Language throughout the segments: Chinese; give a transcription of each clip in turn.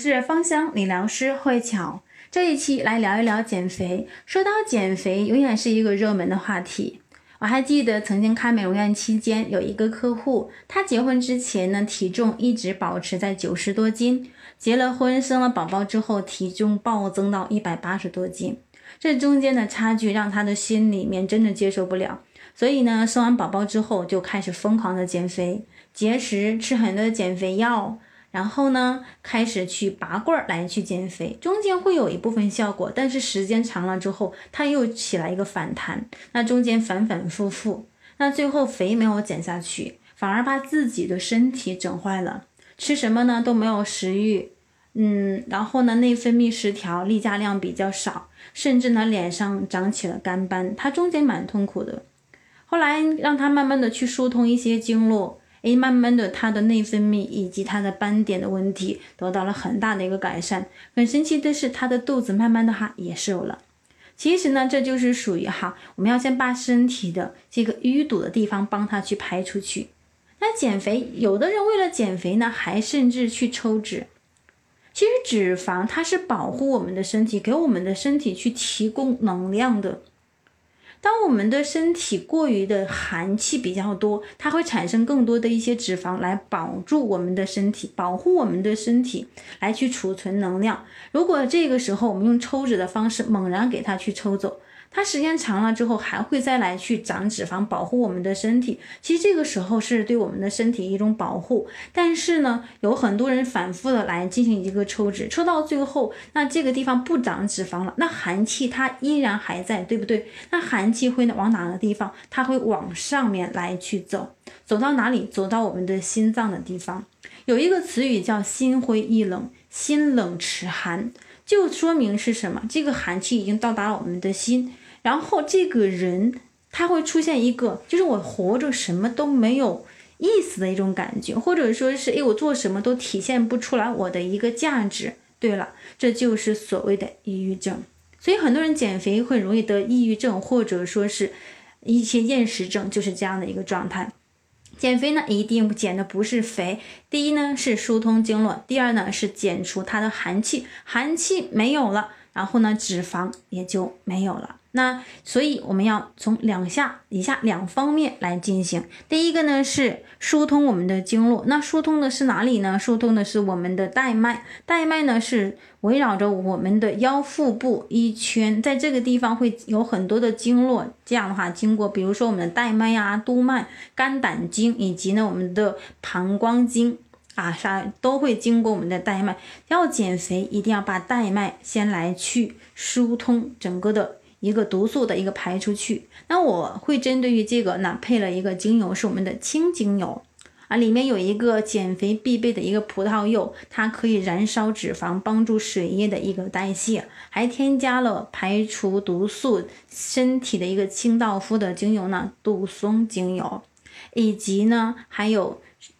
是芳香理疗师慧巧，这一期来聊一聊减肥。说到减肥，永远是一个热门的话题。我还记得曾经开美容院期间，有一个客户，他结婚之前呢，体重一直保持在90多斤，结了婚生了宝宝之后，体重暴增到180多斤。这中间的差距让他的心里面真的接受不了，所以呢，生完宝宝之后就开始疯狂的减肥，节食，吃很多的减肥药，然后呢，开始去拔罐来去减肥，中间会有一部分效果，但是时间长了之后，它又起来一个反弹，那中间反反复复，那最后肥没有减下去，反而把自己的身体整坏了，吃什么呢都没有食欲，然后呢，内分泌失调，例假量比较少，甚至呢，脸上长起了干斑，他中间蛮痛苦的。后来让他慢慢的去疏通一些经络，慢慢的他的内分泌以及他的斑点的问题得到了很大的一个改善。很神奇的是，他的肚子慢慢的也瘦了。其实呢，这就是属于我们要先把身体的这个淤堵的地方帮他去排出去。那减肥，有的人为了减肥呢，还甚至去抽脂。其实脂肪它是保护我们的身体，给我们的身体去提供能量的。当我们的身体过于的寒气比较多，它会产生更多的一些脂肪来保住我们的身体，保护我们的身体，来去储存能量。如果这个时候我们用抽脂的方式猛然给它去抽走，它时间长了之后还会再来去长脂肪，保护我们的身体。其实这个时候是对我们的身体一种保护，但是呢，有很多人反复的来进行一个抽脂，抽到最后，那这个地方不长脂肪了，那寒气它依然还在，对不对？那寒气会往哪个地方？它会往上面来去走，走到哪里？走到我们的心脏的地方。有一个词语叫心灰意冷，心冷齿寒，就说明是什么？这个寒气已经到达了我们的心，然后这个人他会出现一个，就是我活着什么都没有意思的一种感觉，或者说是我做什么都体现不出来我的一个价值。对了，这就是所谓的抑郁症。所以很多人减肥会容易得抑郁症，或者说是一些厌食症，就是这样的一个状态。减肥呢，一定减的不是肥，第一呢是疏通经络，第二呢是减除它的寒气，寒气没有了，然后呢脂肪也就没有了。那所以我们要从以下两方面来进行。第一个呢是疏通我们的经络，那疏通的是哪里呢？疏通的是我们的带脉，带脉呢是围绕着我们的腰腹部一圈，在这个地方会有很多的经络，这样的话经过比如说我们的带脉啊、督脉、肝胆经以及呢我们的膀胱经都会经过我们的带脉。要减肥一定要把带脉先来去疏通，整个的一个毒素的一个排出去。那我会针对于这个呢配了一个精油，是我们的清精油里面有一个减肥必备的一个葡萄柚，它可以燃烧脂肪，帮助水液的一个代谢，还添加了排除毒素身体的一个清道夫的精油呢，杜松精油，以及呢还有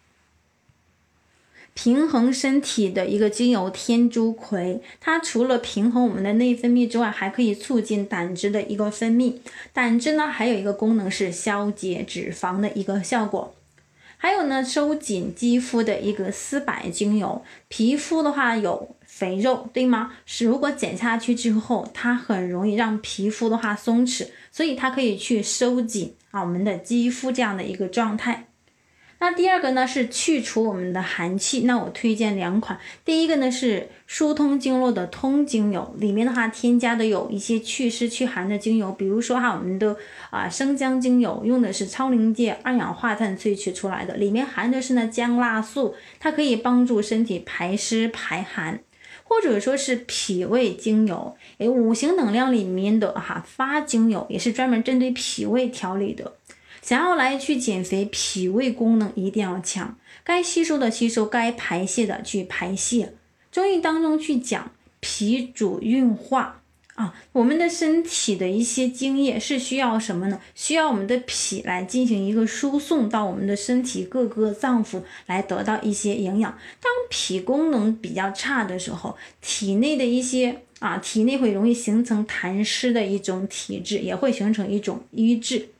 平衡身体的一个精油天竺葵，它除了平衡我们的内分泌之外，还可以促进胆汁的一个分泌。胆汁呢还有一个功能是消解脂肪的一个效果。还有呢，收紧肌肤的一个丝柏精油，皮肤的话有肥肉，对吗？是如果减下去之后，它很容易让皮肤的话松弛，所以它可以去收紧我们的肌肤这样的一个状态。那第二个呢是去除我们的寒气，那我推荐两款。第一个呢是疏通经络的通精油，里面的话添加的有一些祛湿祛寒的精油，比如说我们的生姜精油用的是超临界二氧化碳萃取出来的，里面含的是呢姜辣素，它可以帮助身体排湿排寒。或者说是脾胃精油，五行能量里面的发精油也是专门针对脾胃调理的。想要来去减肥，脾胃功能一定要强，该吸收的吸收，该排泄的去排泄。中医当中去讲脾主运化我们的身体的一些精液是需要什么呢？需要我们的脾来进行一个输送到我们的身体各个脏腑来得到一些营养。当脾功能比较差的时候，体内的一些体内会容易形成痰湿的一种体质，也会形成一种瘀滞。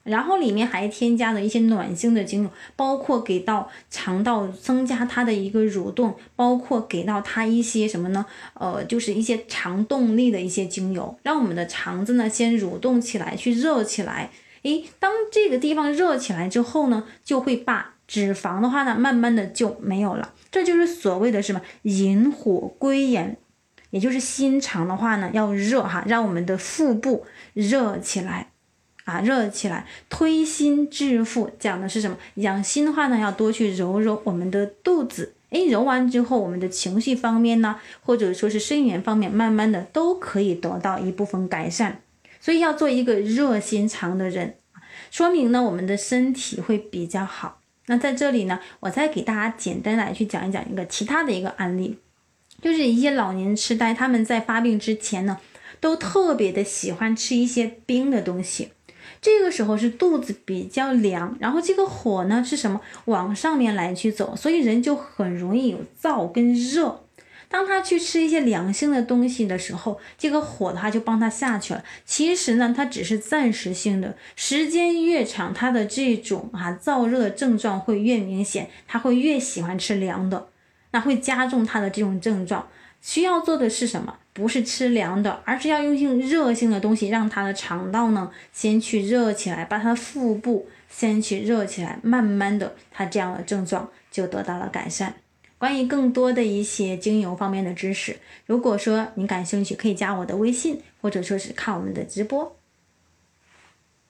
然后里面还添加了一些暖性的精油，包括给到肠道增加它的一个蠕动，包括给到它一些什么呢？就是一些肠动力的一些精油，让我们的肠子呢先蠕动起来，去热起来。当这个地方热起来之后呢，就会把脂肪的话呢，慢慢的就没有了。这就是所谓的什么引火归元，也就是心肠的话呢要热哈，让我们的腹部热起来。热起来，推心置腹，讲的是什么？养心的话呢，要多去揉揉我们的肚子。揉完之后，我们的情绪方面呢，或者说是睡眠方面，慢慢的都可以得到一部分改善。所以要做一个热心肠的人，说明呢，我们的身体会比较好。那在这里呢，我再给大家简单来去讲一讲一个其他的一个案例，就是一些老年痴呆，他们在发病之前呢，都特别的喜欢吃一些冰的东西。这个时候是肚子比较凉，然后这个火呢是什么？往上面来去走，所以人就很容易有燥跟热。当他去吃一些凉性的东西的时候，这个火的话就帮他下去了。其实呢，它只是暂时性的，时间越长，他的这种燥热的症状会越明显，他会越喜欢吃凉的，那会加重他的这种症状。需要做的是什么？不是吃凉的，而是要用热性的东西，让他的肠道呢先去热起来，把他的腹部先去热起来，慢慢的他这样的症状就得到了改善。关于更多的一些精油方面的知识，如果说您感兴趣，可以加我的微信，或者说是看我们的直播。